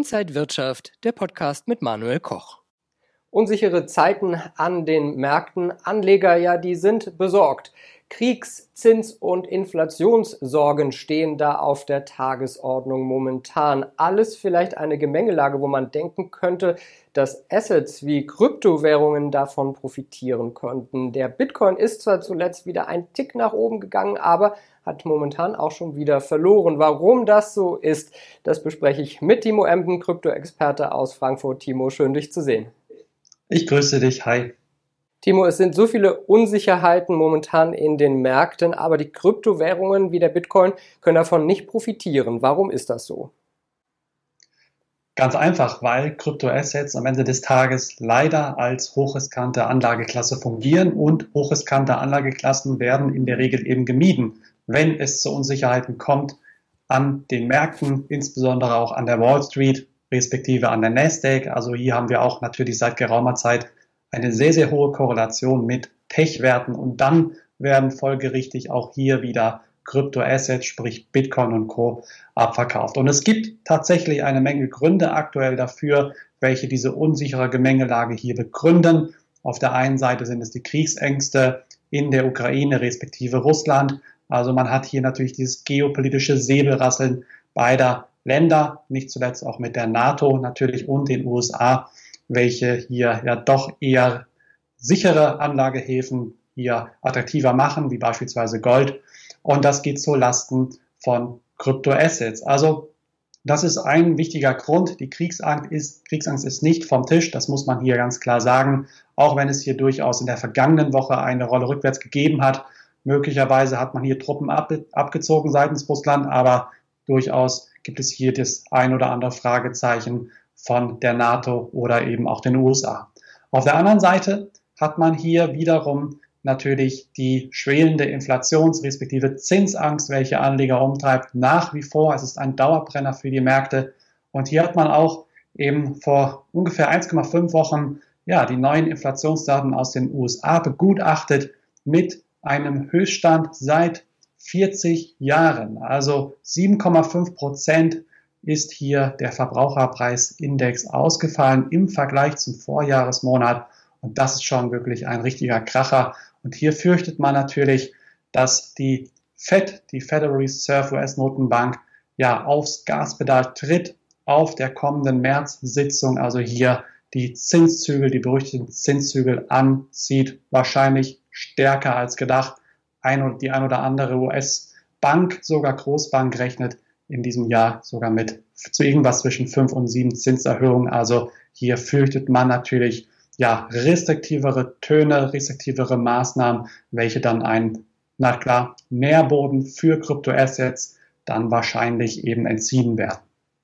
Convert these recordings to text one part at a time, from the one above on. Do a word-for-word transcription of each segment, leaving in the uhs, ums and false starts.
Inside Wirtschaft, der Podcast mit Manuel Koch. Unsichere Zeiten an den Märkten. Anleger, ja, die sind besorgt. Kriegs-, Zins- und Inflationssorgen stehen da auf der Tagesordnung momentan. Alles vielleicht eine Gemengelage, wo man denken könnte, dass Assets wie Kryptowährungen davon profitieren könnten. Der Bitcoin ist zwar zuletzt wieder ein Tick nach oben gegangen, aber hat momentan auch schon wieder verloren. Warum das so ist, das bespreche ich mit Timo Emden, Krypto-Experte aus Frankfurt. Timo, schön dich zu sehen. Ich grüße dich, hi. Timo, es sind so viele Unsicherheiten momentan in den Märkten, aber die Kryptowährungen wie der Bitcoin können davon nicht profitieren. Warum ist das so? Ganz einfach, weil Kryptoassets am Ende des Tages leider als hochriskante Anlageklasse fungieren und hochriskante Anlageklassen werden in der Regel eben gemieden, wenn es zu Unsicherheiten kommt an den Märkten, insbesondere auch an der Wall Street, respektive an der Nasdaq. Also hier haben wir auch natürlich seit geraumer Zeit eine sehr, sehr hohe Korrelation mit Tech-Werten und dann werden folgerichtig auch hier wieder Kryptoassets, sprich Bitcoin und Co. abverkauft. Und es gibt tatsächlich eine Menge Gründe aktuell dafür, welche diese unsichere Gemengelage hier begründen. Auf der einen Seite sind es die Kriegsängste in der Ukraine respektive Russland. Also man hat hier natürlich dieses geopolitische Säbelrasseln beider Länder, nicht zuletzt auch mit der NATO natürlich und den U S A, welche hier ja doch eher sichere Anlagehäfen hier attraktiver machen, wie beispielsweise Gold. Und das geht zu Lasten von Kryptoassets. Also das ist ein wichtiger Grund. Die Kriegsangst ist, Kriegsangst ist nicht vom Tisch, das muss man hier ganz klar sagen, auch wenn es hier durchaus in der vergangenen Woche eine Rolle rückwärts gegeben hat. Möglicherweise hat man hier Truppen ab, abgezogen seitens Russland, aber durchaus gibt es hier das ein oder andere Fragezeichen von der NATO oder eben auch den U S A. Auf der anderen Seite hat man hier wiederum natürlich die schwelende Inflations- respektive Zinsangst, welche Anleger umtreibt, nach wie vor. Es ist ein Dauerbrenner für die Märkte. Und hier hat man auch eben vor ungefähr eins Komma fünf Wochen ja, die neuen Inflationsdaten aus den U S A begutachtet mit einem Höchststand seit vierzig Jahren. Also sieben Komma fünf Prozent ist hier der Verbraucherpreisindex ausgefallen im Vergleich zum Vorjahresmonat. Und das ist schon wirklich ein richtiger Kracher. Und hier fürchtet man natürlich, dass die Fed, die Federal Reserve U S-Notenbank, ja aufs Gaspedal tritt auf der kommenden März-Sitzung, also hier die Zinszügel, die berüchtigten Zinszügel anzieht, wahrscheinlich stärker als gedacht. Ein, die ein oder andere U S-Bank, sogar Großbank, rechnet in diesem Jahr sogar mit zu irgendwas zwischen fünf und sieben Zinserhöhungen. Also hier fürchtet man natürlich ja restriktivere Töne, restriktivere Maßnahmen, welche dann einen, na klar, Nährboden für Kryptoassets dann wahrscheinlich eben entziehen werden.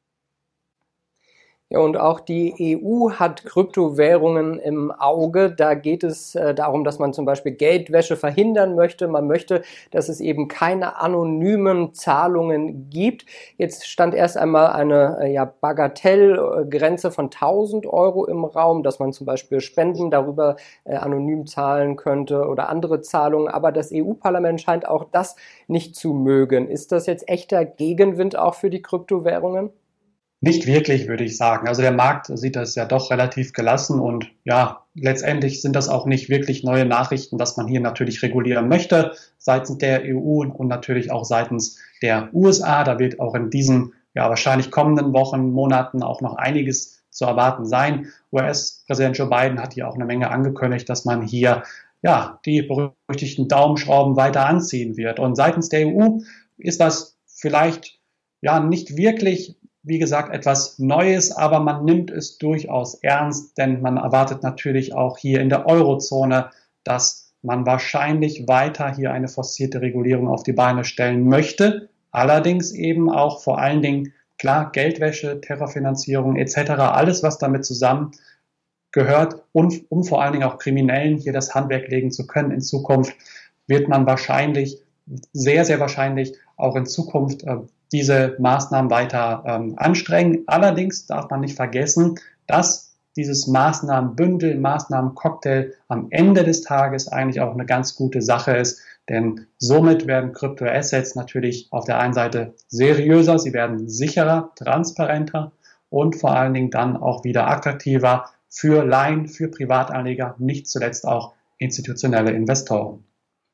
Ja, und auch die E U hat Kryptowährungen im Auge. Da geht es äh, darum, dass man zum Beispiel Geldwäsche verhindern möchte. Man möchte, dass es eben keine anonymen Zahlungen gibt. Jetzt stand erst einmal eine äh, ja, Bagatellgrenze von tausend Euro im Raum, dass man zum Beispiel Spenden darüber äh, anonym zahlen könnte oder andere Zahlungen. Aber das E U-Parlament scheint auch das nicht zu mögen. Ist das jetzt echter Gegenwind auch für die Kryptowährungen? Nicht wirklich, würde ich sagen. Also der Markt sieht das ja doch relativ gelassen und ja, letztendlich sind das auch nicht wirklich neue Nachrichten, dass man hier natürlich regulieren möchte, seitens der E U und natürlich auch seitens der U S A. Da wird auch in diesen, ja, wahrscheinlich kommenden Wochen, Monaten auch noch einiges zu erwarten sein. U S-Präsident Joe Biden hat hier auch eine Menge angekündigt, dass man hier, ja, die berüchtigten Daumenschrauben weiter anziehen wird. Und seitens der E U ist das vielleicht, ja, nicht wirklich, wie gesagt, etwas Neues, aber man nimmt es durchaus ernst, denn man erwartet natürlich auch hier in der Eurozone, dass man wahrscheinlich weiter hier eine forcierte Regulierung auf die Beine stellen möchte. Allerdings eben auch vor allen Dingen, klar, Geldwäsche, Terrorfinanzierung et cetera, alles, was damit zusammen gehört und um vor allen Dingen auch Kriminellen hier das Handwerk legen zu können in Zukunft, wird man wahrscheinlich, sehr, sehr wahrscheinlich auch in Zukunft äh, diese Maßnahmen weiter ähm, anstrengen. Allerdings darf man nicht vergessen, dass dieses Maßnahmenbündel, Maßnahmencocktail am Ende des Tages eigentlich auch eine ganz gute Sache ist, denn somit werden Kryptoassets natürlich auf der einen Seite seriöser, sie werden sicherer, transparenter und vor allen Dingen dann auch wieder attraktiver für Laien, für Privatanleger, nicht zuletzt auch institutionelle Investoren.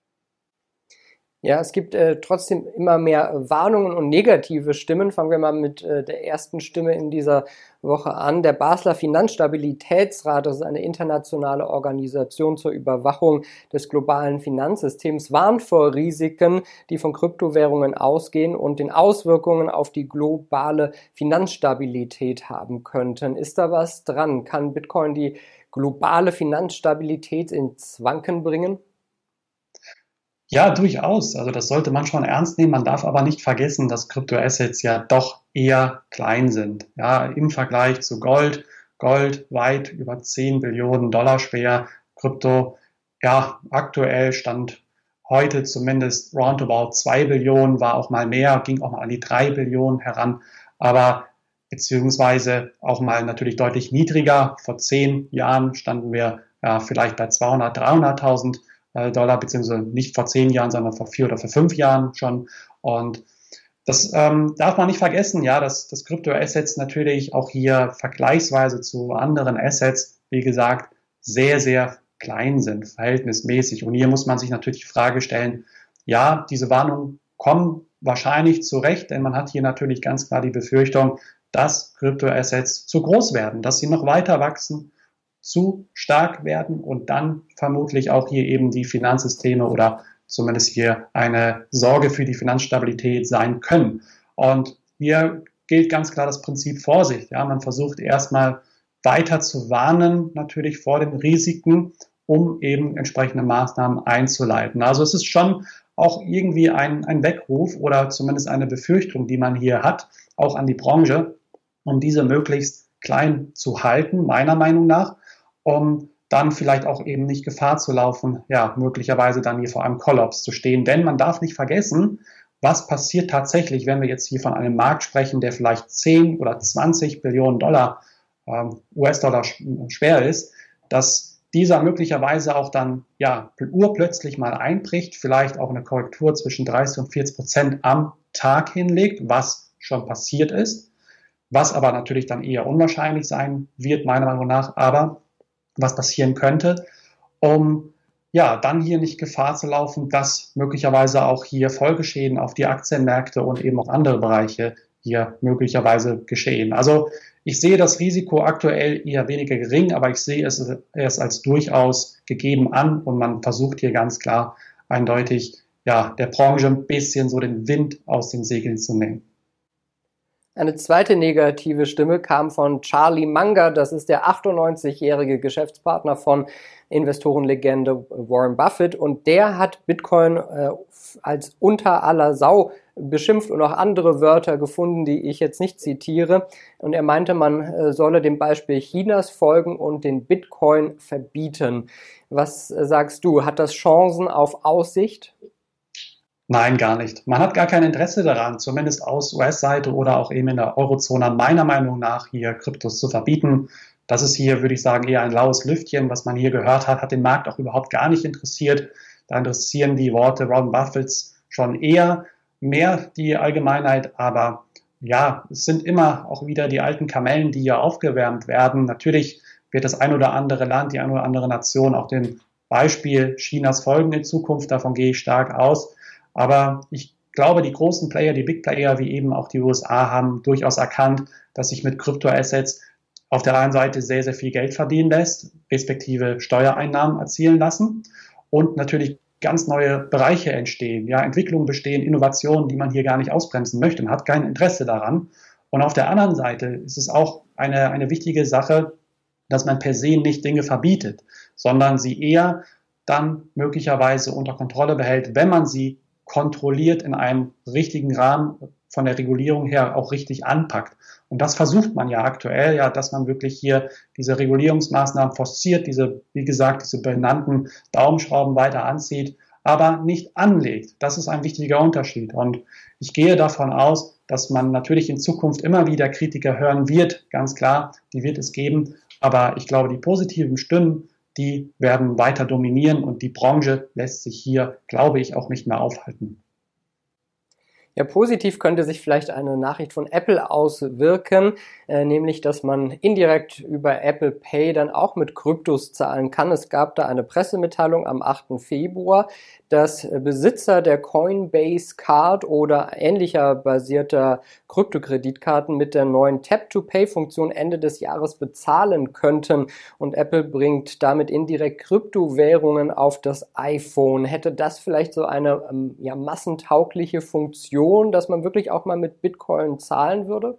Ja, es gibt äh, trotzdem immer mehr Warnungen und negative Stimmen. Fangen wir mal mit äh, der ersten Stimme in dieser Woche an. Der Basler Finanzstabilitätsrat, das ist eine internationale Organisation zur Überwachung des globalen Finanzsystems, warnt vor Risiken, die von Kryptowährungen ausgehen und den Auswirkungen auf die globale Finanzstabilität haben könnten. Ist da was dran? Kann Bitcoin die globale Finanzstabilität ins Wanken bringen? Ja, durchaus. Also das sollte man schon ernst nehmen. Man darf aber nicht vergessen, dass Kryptoassets ja doch eher klein sind. Ja, im Vergleich zu Gold. Gold weit über zehn Billionen Dollar schwer. Krypto, ja, aktuell stand heute zumindest roundabout zwei Billionen, war auch mal mehr, ging auch mal an die drei Billionen heran. Aber beziehungsweise auch mal natürlich deutlich niedriger. Vor zehn Jahren standen wir ja vielleicht bei zweihundert, dreihunderttausend Dollar, beziehungsweise nicht vor zehn Jahren, sondern vor vier oder vor fünf Jahren schon. Und das ähm, darf man nicht vergessen, ja, dass, dass Kryptoassets natürlich auch hier vergleichsweise zu anderen Assets, wie gesagt, sehr, sehr klein sind, verhältnismäßig. Und hier muss man sich natürlich die Frage stellen, ja, diese Warnungen kommen wahrscheinlich zurecht, denn man hat hier natürlich ganz klar die Befürchtung, dass Kryptoassets zu groß werden, dass sie noch weiter wachsen, zu stark werden und dann vermutlich auch hier eben die Finanzsysteme oder zumindest hier eine Sorge für die Finanzstabilität sein können. Und hier gilt ganz klar das Prinzip Vorsicht. Ja, man versucht erstmal weiter zu warnen, natürlich vor den Risiken, um eben entsprechende Maßnahmen einzuleiten. Also es ist schon auch irgendwie ein, ein Weckruf oder zumindest eine Befürchtung, die man hier hat, auch an die Branche, um diese möglichst klein zu halten, meiner Meinung nach, um dann vielleicht auch eben nicht Gefahr zu laufen, ja, möglicherweise dann hier vor einem Kollaps zu stehen. Denn man darf nicht vergessen, was passiert tatsächlich, wenn wir jetzt hier von einem Markt sprechen, der vielleicht zehn oder zwanzig Billionen Dollar, ähm, U S-Dollar schwer ist, dass dieser möglicherweise auch dann, ja, urplötzlich mal einbricht, vielleicht auch eine Korrektur zwischen dreißig und vierzig Prozent am Tag hinlegt, was schon passiert ist, was aber natürlich dann eher unwahrscheinlich sein wird, meiner Meinung nach, aber was passieren könnte, um ja dann hier nicht Gefahr zu laufen, dass möglicherweise auch hier Folgeschäden auf die Aktienmärkte und eben auch andere Bereiche hier möglicherweise geschehen. Also ich sehe das Risiko aktuell eher weniger gering, aber ich sehe es erst als durchaus gegeben an und man versucht hier ganz klar eindeutig ja der Branche ein bisschen so den Wind aus den Segeln zu nehmen. Eine zweite negative Stimme kam von Charlie Munger, das ist der achtundneunzigjährige Geschäftspartner von Investorenlegende Warren Buffett und der hat Bitcoin äh, als unter aller Sau beschimpft und auch andere Wörter gefunden, die ich jetzt nicht zitiere. Und er meinte, man äh, solle dem Beispiel Chinas folgen und den Bitcoin verbieten. Was äh, sagst du? Hat das Chancen auf Aussicht? Nein, gar nicht. Man hat gar kein Interesse daran, zumindest aus U S-Seite oder auch eben in der Eurozone, meiner Meinung nach, hier Kryptos zu verbieten. Das ist hier, würde ich sagen, eher ein laues Lüftchen, was man hier gehört hat, hat den Markt auch überhaupt gar nicht interessiert. Da interessieren die Worte Warren Buffetts schon eher mehr die Allgemeinheit, aber ja, es sind immer auch wieder die alten Kamellen, die hier aufgewärmt werden. Natürlich wird das ein oder andere Land, die ein oder andere Nation auch dem Beispiel Chinas folgen in Zukunft, davon gehe ich stark aus. Aber ich glaube, die großen Player, die Big Player, wie eben auch die U S A, haben durchaus erkannt, dass sich mit Kryptoassets auf der einen Seite sehr, sehr viel Geld verdienen lässt, respektive Steuereinnahmen erzielen lassen und natürlich ganz neue Bereiche entstehen, ja, Entwicklungen bestehen, Innovationen, die man hier gar nicht ausbremsen möchte. Man hat kein Interesse daran. Und auf der anderen Seite ist es auch eine, eine wichtige Sache, dass man per se nicht Dinge verbietet, sondern sie eher dann möglicherweise unter Kontrolle behält, wenn man sie kontrolliert in einem richtigen Rahmen von der Regulierung her auch richtig anpackt. Und das versucht man ja aktuell, ja, dass man wirklich hier diese Regulierungsmaßnahmen forciert, diese, wie gesagt, diese benannten Daumenschrauben weiter anzieht, aber nicht anlegt. Das ist ein wichtiger Unterschied. Und ich gehe davon aus, dass man natürlich in Zukunft immer wieder Kritiker hören wird, ganz klar, die wird es geben. Aber ich glaube, die positiven Stimmen, die werden weiter dominieren und die Branche lässt sich hier, glaube ich, auch nicht mehr aufhalten. Ja, positiv könnte sich vielleicht eine Nachricht von Apple auswirken, äh, nämlich, dass man indirekt über Apple Pay dann auch mit Kryptos zahlen kann. Es gab da eine Pressemitteilung am achten Februar, dass Besitzer der Coinbase Card oder ähnlicher basierter Kryptokreditkarten mit der neuen Tap-to-Pay-Funktion Ende des Jahres bezahlen könnten. Und Apple bringt damit indirekt Kryptowährungen auf das iPhone. Hätte das vielleicht so eine ähm, ja, massentaugliche Funktion, dass man wirklich auch mal mit Bitcoin zahlen würde?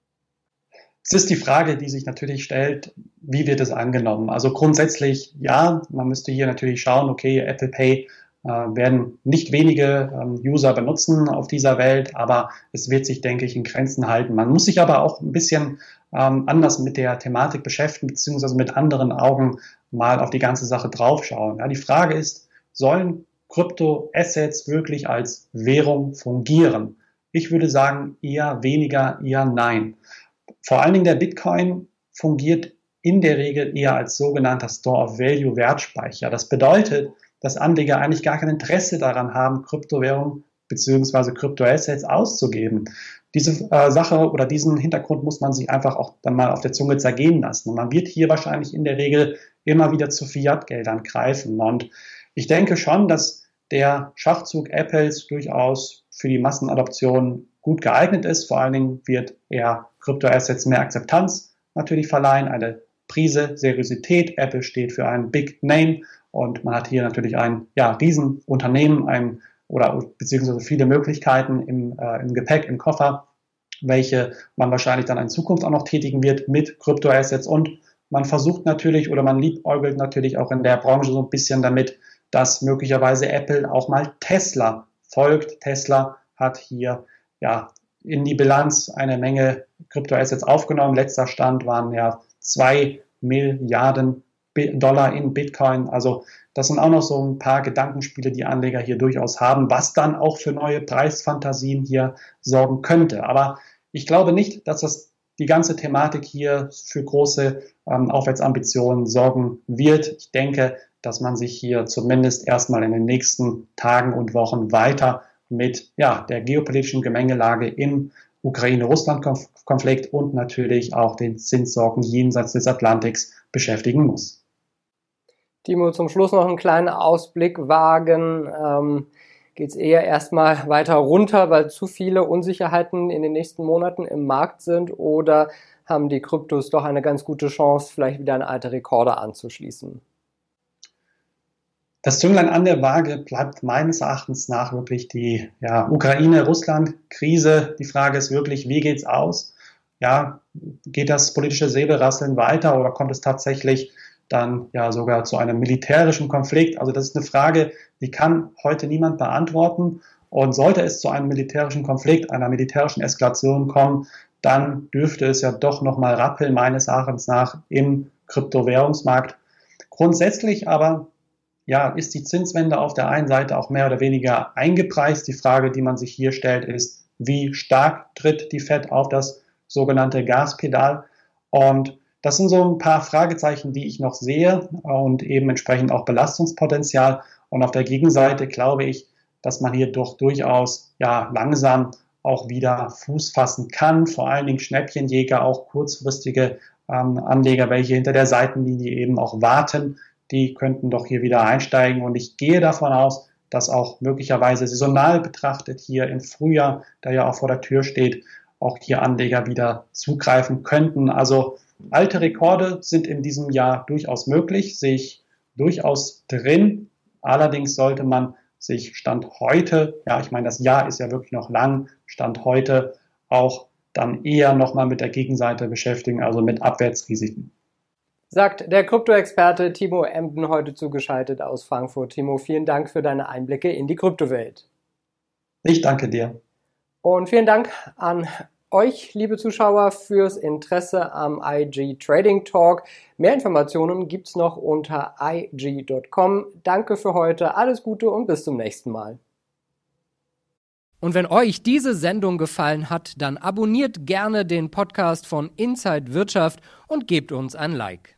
Es ist die Frage, die sich natürlich stellt, wie wird es angenommen? Also grundsätzlich ja, man müsste hier natürlich schauen, okay, Apple Pay äh, werden nicht wenige ähm, User benutzen auf dieser Welt, aber es wird sich, denke ich, in Grenzen halten. Man muss sich aber auch ein bisschen ähm, anders mit der Thematik beschäftigen, beziehungsweise mit anderen Augen mal auf die ganze Sache draufschauen. Ja, die Frage ist, sollen Kryptoassets wirklich als Währung fungieren? Ich würde sagen, eher weniger, eher nein. Vor allen Dingen der Bitcoin fungiert in der Regel eher als sogenannter Store of Value Wertspeicher. Das bedeutet, dass Anleger eigentlich gar kein Interesse daran haben, Kryptowährungen bzw. Kryptoassets auszugeben. Diese äh, Sache oder diesen Hintergrund muss man sich einfach auch dann mal auf der Zunge zergehen lassen. Und man wird hier wahrscheinlich in der Regel immer wieder zu Fiat-Geldern greifen. Und ich denke schon, dass der Schachzug Apples durchaus für die Massenadoption gut geeignet ist. Vor allen Dingen wird er Kryptoassets mehr Akzeptanz natürlich verleihen, eine Prise Seriosität. Apple steht für einen Big Name und man hat hier natürlich ein ja, Riesenunternehmen ein, oder beziehungsweise viele Möglichkeiten im, äh, im Gepäck, im Koffer, welche man wahrscheinlich dann in Zukunft auch noch tätigen wird mit Kryptoassets. Und man versucht natürlich oder man liebäugelt natürlich auch in der Branche so ein bisschen damit, dass möglicherweise Apple auch mal Tesla folgt. Tesla hat hier ja in die Bilanz eine Menge Kryptoassets aufgenommen. Letzter Stand waren ja zwei Milliarden Dollar in Bitcoin. Also das sind auch noch so ein paar Gedankenspiele, die Anleger hier durchaus haben, was dann auch für neue Preisfantasien hier sorgen könnte. Aber ich glaube nicht, dass das die ganze Thematik hier für große ähm, Aufwärtsambitionen sorgen wird. Ich denke, dass man sich hier zumindest erstmal in den nächsten Tagen und Wochen weiter mit ja, der geopolitischen Gemengelage im Ukraine-Russland-Konflikt und natürlich auch den Zinssorgen jenseits des Atlantiks beschäftigen muss. Timo, zum Schluss noch einen kleinen Ausblick wagen. Ähm, geht es eher erstmal weiter runter, weil zu viele Unsicherheiten in den nächsten Monaten im Markt sind, oder haben die Kryptos doch eine ganz gute Chance, vielleicht wieder an alte Rekorde anzuschließen? Das Zünglein an der Waage bleibt meines Erachtens nach wirklich die ja, Ukraine-Russland-Krise. Die Frage ist wirklich, wie geht's aus? Ja, geht das politische Säbelrasseln weiter oder kommt es tatsächlich dann ja sogar zu einem militärischen Konflikt? Also das ist eine Frage, die kann heute niemand beantworten. Und sollte es zu einem militärischen Konflikt, einer militärischen Eskalation kommen, dann dürfte es ja doch nochmal rappeln, meines Erachtens nach, im Kryptowährungsmarkt. Grundsätzlich aber ja, ist die Zinswende auf der einen Seite auch mehr oder weniger eingepreist. Die Frage, die man sich hier stellt, ist, wie stark tritt die Fed auf das sogenannte Gaspedal? Und das sind so ein paar Fragezeichen, die ich noch sehe und eben entsprechend auch Belastungspotenzial. Und auf der Gegenseite glaube ich, dass man hier doch durchaus ja langsam auch wieder Fuß fassen kann. Vor allen Dingen Schnäppchenjäger, auch kurzfristige ähm, Anleger, welche hinter der Seitenlinie eben auch warten, die könnten doch hier wieder einsteigen. Und ich gehe davon aus, dass auch möglicherweise saisonal betrachtet hier im Frühjahr, der ja auch vor der Tür steht, auch hier Anleger wieder zugreifen könnten. Also alte Rekorde sind in diesem Jahr durchaus möglich, sehe ich durchaus drin. Allerdings sollte man sich Stand heute, ja, ich meine, das Jahr ist ja wirklich noch lang, Stand heute auch dann eher nochmal mit der Gegenseite beschäftigen, also mit Abwärtsrisiken. Sagt der Krypto-Experte Timo Emden, heute zugeschaltet aus Frankfurt. Timo, vielen Dank für deine Einblicke in die Kryptowelt. Ich danke dir. Und vielen Dank an euch, liebe Zuschauer, fürs Interesse am I G Trading Talk. Mehr Informationen gibt's noch unter i g punkt com. Danke für heute, alles Gute und bis zum nächsten Mal. Und wenn euch diese Sendung gefallen hat, dann abonniert gerne den Podcast von Inside Wirtschaft und gebt uns ein Like.